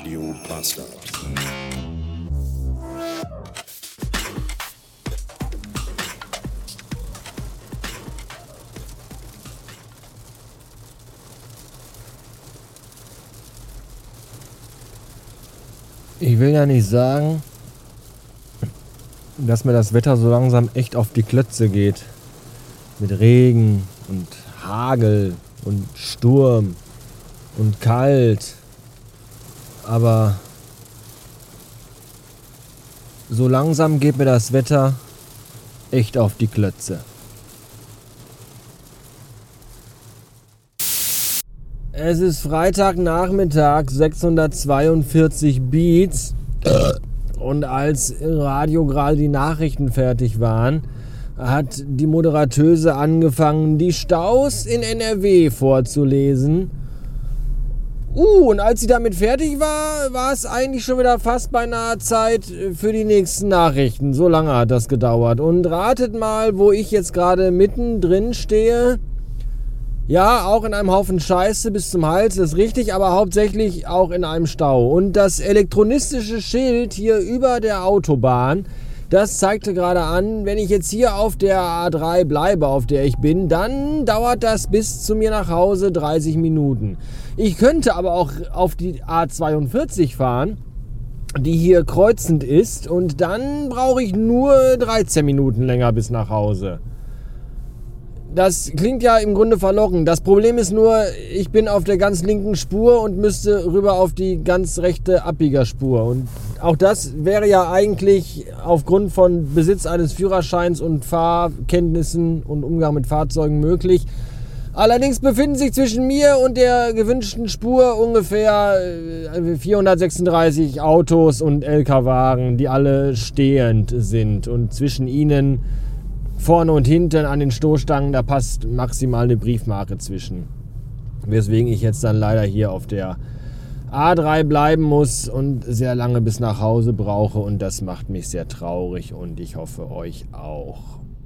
Radio Bastard. Ich will ja nicht sagen, dass mir das Wetter so langsam echt auf die Klötze geht. Mit Regen und Hagel und Sturm und kalt. Aber so langsam geht mir das Wetter echt auf die Klötze. Es ist Freitagnachmittag, 642 Beats. Und als im Radio gerade die Nachrichten fertig waren, hat die Moderatöse angefangen, die Staus in NRW vorzulesen. Und als sie damit fertig war, war es eigentlich schon wieder fast beinahe Zeit für die nächsten Nachrichten. So lange hat das gedauert. Und ratet mal, wo ich jetzt gerade mittendrin stehe. Ja, auch in einem Haufen Scheiße bis zum Hals, das ist richtig, aber hauptsächlich auch in einem Stau. Und das elektronistische Schild hier über der Autobahn, das zeigte gerade an, wenn ich jetzt hier auf der A3 bleibe, auf der ich bin, dann dauert das bis zu mir nach Hause 30 Minuten. Ich könnte aber auch auf die A42 fahren, die hier kreuzend ist, und dann brauche ich nur 13 Minuten länger bis nach Hause. Das klingt ja im Grunde verlockend. Das Problem ist nur, ich bin auf der ganz linken Spur und müsste rüber auf die ganz rechte Abbiegerspur. Und auch das wäre ja eigentlich aufgrund von Besitz eines Führerscheins und Fahrkenntnissen und Umgang mit Fahrzeugen möglich. Allerdings befinden sich zwischen mir und der gewünschten Spur ungefähr 436 Autos und LKW-Wagen, die alle stehend sind. Und zwischen ihnen vorne und hinten an den Stoßstangen, da passt maximal eine Briefmarke zwischen. Weswegen ich jetzt dann leider hier auf der A3 bleiben muss und sehr lange bis nach Hause brauche. Und das macht mich sehr traurig und ich hoffe euch auch.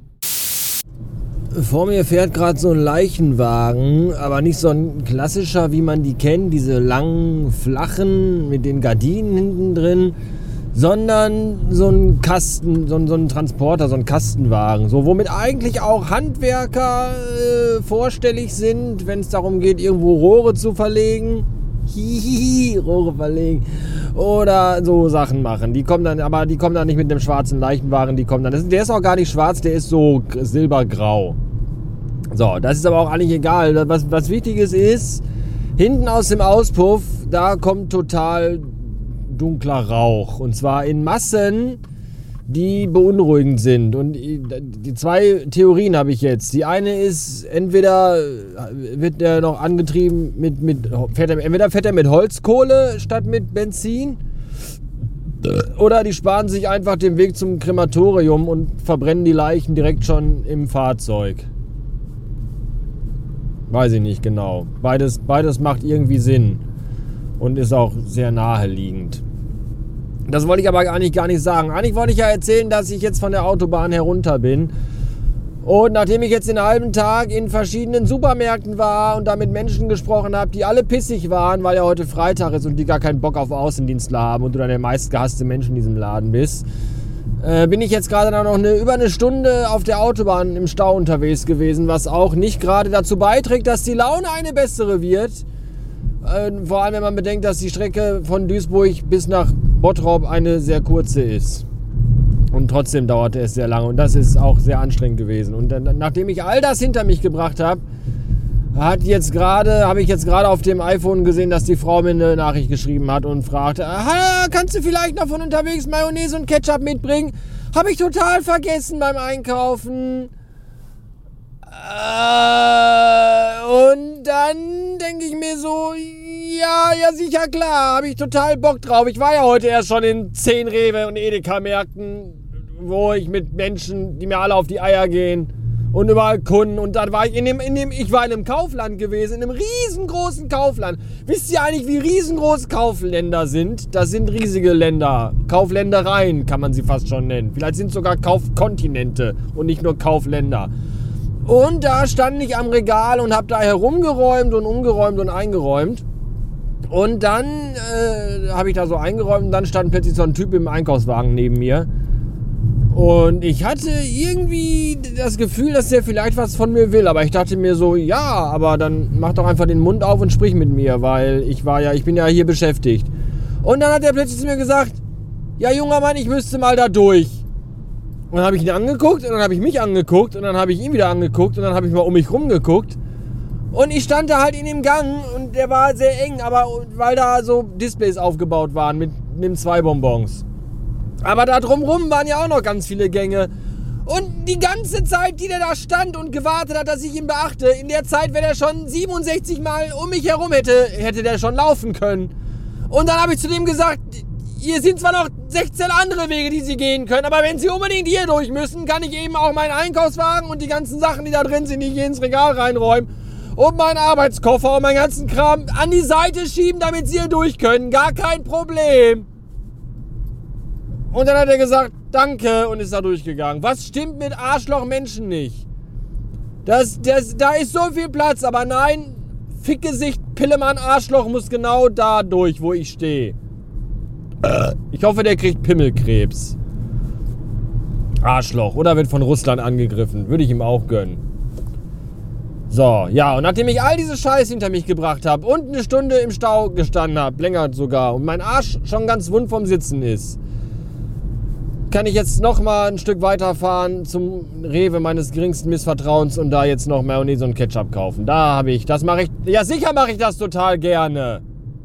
Vor mir fährt gerade so ein Leichenwagen, aber nicht so ein klassischer, wie man die kennt, diese langen, flachen mit den Gardinen hinten drin, sondern so ein Kasten, so ein Transporter, so ein Kastenwagen, so womit eigentlich auch Handwerker vorstellig sind, wenn es darum geht, irgendwo Rohre zu verlegen. Rohre verlegen oder so Sachen machen. Die kommen dann nicht mit einem schwarzen Leichenwagen, der ist auch gar nicht schwarz, der ist so silbergrau. So, das ist aber auch eigentlich egal. Was Wichtiges ist, hinten aus dem Auspuff, da kommt total dunkler Rauch. Und zwar in Massen, die beunruhigend sind. Und die zwei Theorien habe ich jetzt. Die eine ist, entweder wird der noch angetrieben entweder fährt er mit Holzkohle statt mit Benzin, oder die sparen sich einfach den Weg zum Krematorium und verbrennen die Leichen direkt schon im Fahrzeug. Weiß ich nicht genau. Beides macht irgendwie Sinn und ist auch sehr naheliegend. Das wollte ich aber gar nicht sagen. Eigentlich wollte ich ja erzählen, dass ich jetzt von der Autobahn herunter bin. Und nachdem ich jetzt den halben Tag in verschiedenen Supermärkten war und da mit Menschen gesprochen habe, die alle pissig waren, weil ja heute Freitag ist und die gar keinen Bock auf Außendienstler haben und du dann der meistgehasste Mensch in diesem Laden bist, bin ich jetzt gerade noch über eine Stunde auf der Autobahn im Stau unterwegs gewesen, was auch nicht gerade dazu beiträgt, dass die Laune eine bessere wird. Vor allem, wenn man bedenkt, dass die Strecke von Duisburg bis nach Bottrop eine sehr kurze ist. Und trotzdem dauerte es sehr lange und das ist auch sehr anstrengend gewesen. Und dann, nachdem ich all das hinter mich gebracht habe, habe ich jetzt gerade auf dem iPhone gesehen, dass die Frau mir eine Nachricht geschrieben hat und fragte, kannst du vielleicht noch von unterwegs Mayonnaise und Ketchup mitbringen? Habe ich total vergessen beim Einkaufen. Und dann denke ich mir so, ja sicher, klar, habe ich total Bock drauf. Ich war ja heute erst schon in 10 Rewe und Edeka-Märkten, wo ich mit Menschen, die mir alle auf die Eier gehen und überall Kunden, und dann war ich ich war in einem Kaufland gewesen, in einem riesengroßen Kaufland. Wisst ihr eigentlich, wie riesengroß Kaufländer sind? Das sind riesige Länder, Kaufländereien kann man sie fast schon nennen. Vielleicht sind es sogar Kaufkontinente und nicht nur Kaufländer. Und da stand ich am Regal und habe da herumgeräumt und umgeräumt und eingeräumt. Und dann habe ich da so eingeräumt und dann stand plötzlich so ein Typ im Einkaufswagen neben mir. Und ich hatte irgendwie das Gefühl, dass der vielleicht was von mir will. Aber ich dachte mir so, ja, aber dann mach doch einfach den Mund auf und sprich mit mir, weil ich bin ja hier beschäftigt. Und dann hat er plötzlich zu mir gesagt, ja, junger Mann, ich müsste mal da durch. Und dann habe ich ihn angeguckt und dann habe ich mich angeguckt und dann habe ich ihn wieder angeguckt und dann habe ich mal um mich rum geguckt. Und ich stand da halt in dem Gang und der war sehr eng, aber weil da so Displays aufgebaut waren mit 2 Bonbons. Aber da drumrum waren ja auch noch ganz viele Gänge. Und die ganze Zeit, die der da stand und gewartet hat, dass ich ihn beachte, in der Zeit, wenn er schon 67 Mal um mich herum hätte der schon laufen können. Und dann habe ich zu dem gesagt, hier sind zwar noch 16 andere Wege, die Sie gehen können, aber wenn Sie unbedingt hier durch müssen, kann ich eben auch meinen Einkaufswagen und die ganzen Sachen, die da drin sind, nicht ins Regal reinräumen und meinen Arbeitskoffer und meinen ganzen Kram an die Seite schieben, damit Sie hier durch können. Gar kein Problem. Und dann hat er gesagt, danke, und ist da durchgegangen. Was stimmt mit Arschloch-Menschen nicht? Da ist so viel Platz, aber nein, Fickgesicht, Pillemann, Arschloch muss genau da durch, wo ich stehe. Ich hoffe, der kriegt Pimmelkrebs. Arschloch. Oder wird von Russland angegriffen. Würde ich ihm auch gönnen. So, ja, und nachdem ich all diese Scheiß hinter mich gebracht habe und eine Stunde im Stau gestanden habe, länger sogar, und mein Arsch schon ganz wund vom Sitzen ist, kann ich jetzt noch mal ein Stück weiterfahren zum Rewe meines geringsten Missvertrauens und da jetzt noch Mayonnaise und Ketchup kaufen. Das mache ich, ja sicher mache ich das total gerne.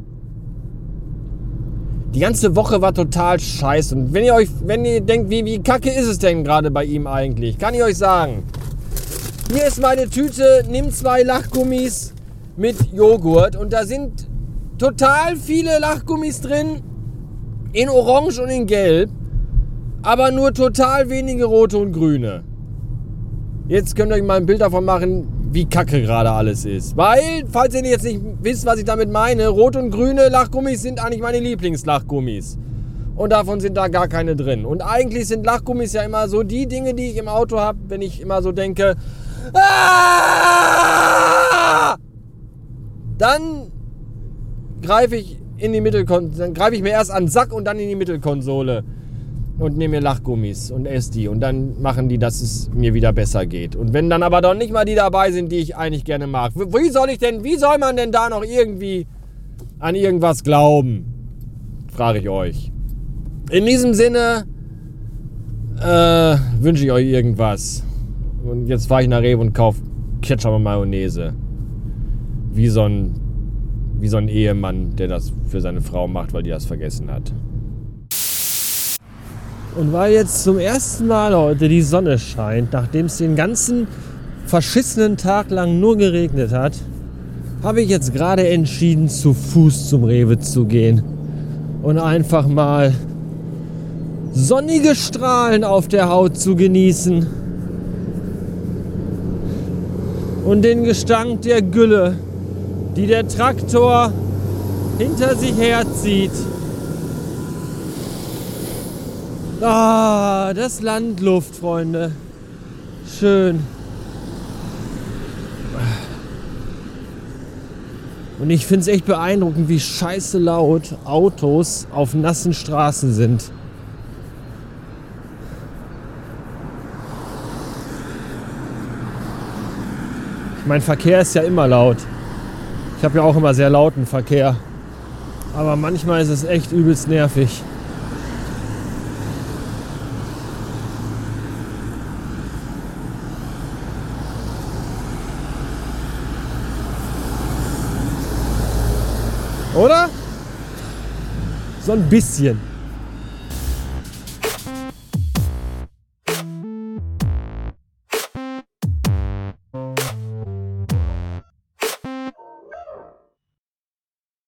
Die ganze Woche war total scheiße. Und wenn ihr denkt, wie kacke ist es denn gerade bei ihm eigentlich, kann ich euch sagen. Hier ist meine Tüte, nimm 2 Lachgummis mit Joghurt und da sind total viele Lachgummis drin, in Orange und in Gelb. Aber nur total wenige rote und grüne. Jetzt könnt ihr euch mal ein Bild davon machen, wie kacke gerade alles ist. Weil, falls ihr jetzt nicht wisst, was ich damit meine, rote und grüne Lachgummis sind eigentlich meine Lieblingslachgummis. Und davon sind da gar keine drin. Und eigentlich sind Lachgummis ja immer so die Dinge, die ich im Auto habe, wenn ich immer so denke, Aah! Dann greife ich mir erst an den Sack und dann in die Mittelkonsole. Und nehme mir Lachgummis und esse die. Und dann machen die, dass es mir wieder besser geht. Und wenn dann aber doch nicht mal die dabei sind, die ich eigentlich gerne mag. Wie soll man denn da noch irgendwie an irgendwas glauben? Frage ich euch. In diesem Sinne wünsche ich euch irgendwas. Und jetzt fahre ich nach Rewe und kaufe Ketchup und Mayonnaise. Wie so ein Ehemann, der das für seine Frau macht, weil die das vergessen hat. Und weil jetzt zum ersten Mal heute die Sonne scheint, nachdem es den ganzen verschissenen Tag lang nur geregnet hat, habe ich jetzt gerade entschieden, zu Fuß zum Rewe zu gehen und einfach mal sonnige Strahlen auf der Haut zu genießen und den Gestank der Gülle, die der Traktor hinter sich herzieht. Ah, das Landluft, Freunde. Schön. Und ich finde es echt beeindruckend, wie scheiße laut Autos auf nassen Straßen sind. Mein Verkehr ist ja immer laut. Ich habe ja auch immer sehr lauten Verkehr. Aber manchmal ist es echt übelst nervig. Oder? So ein bisschen.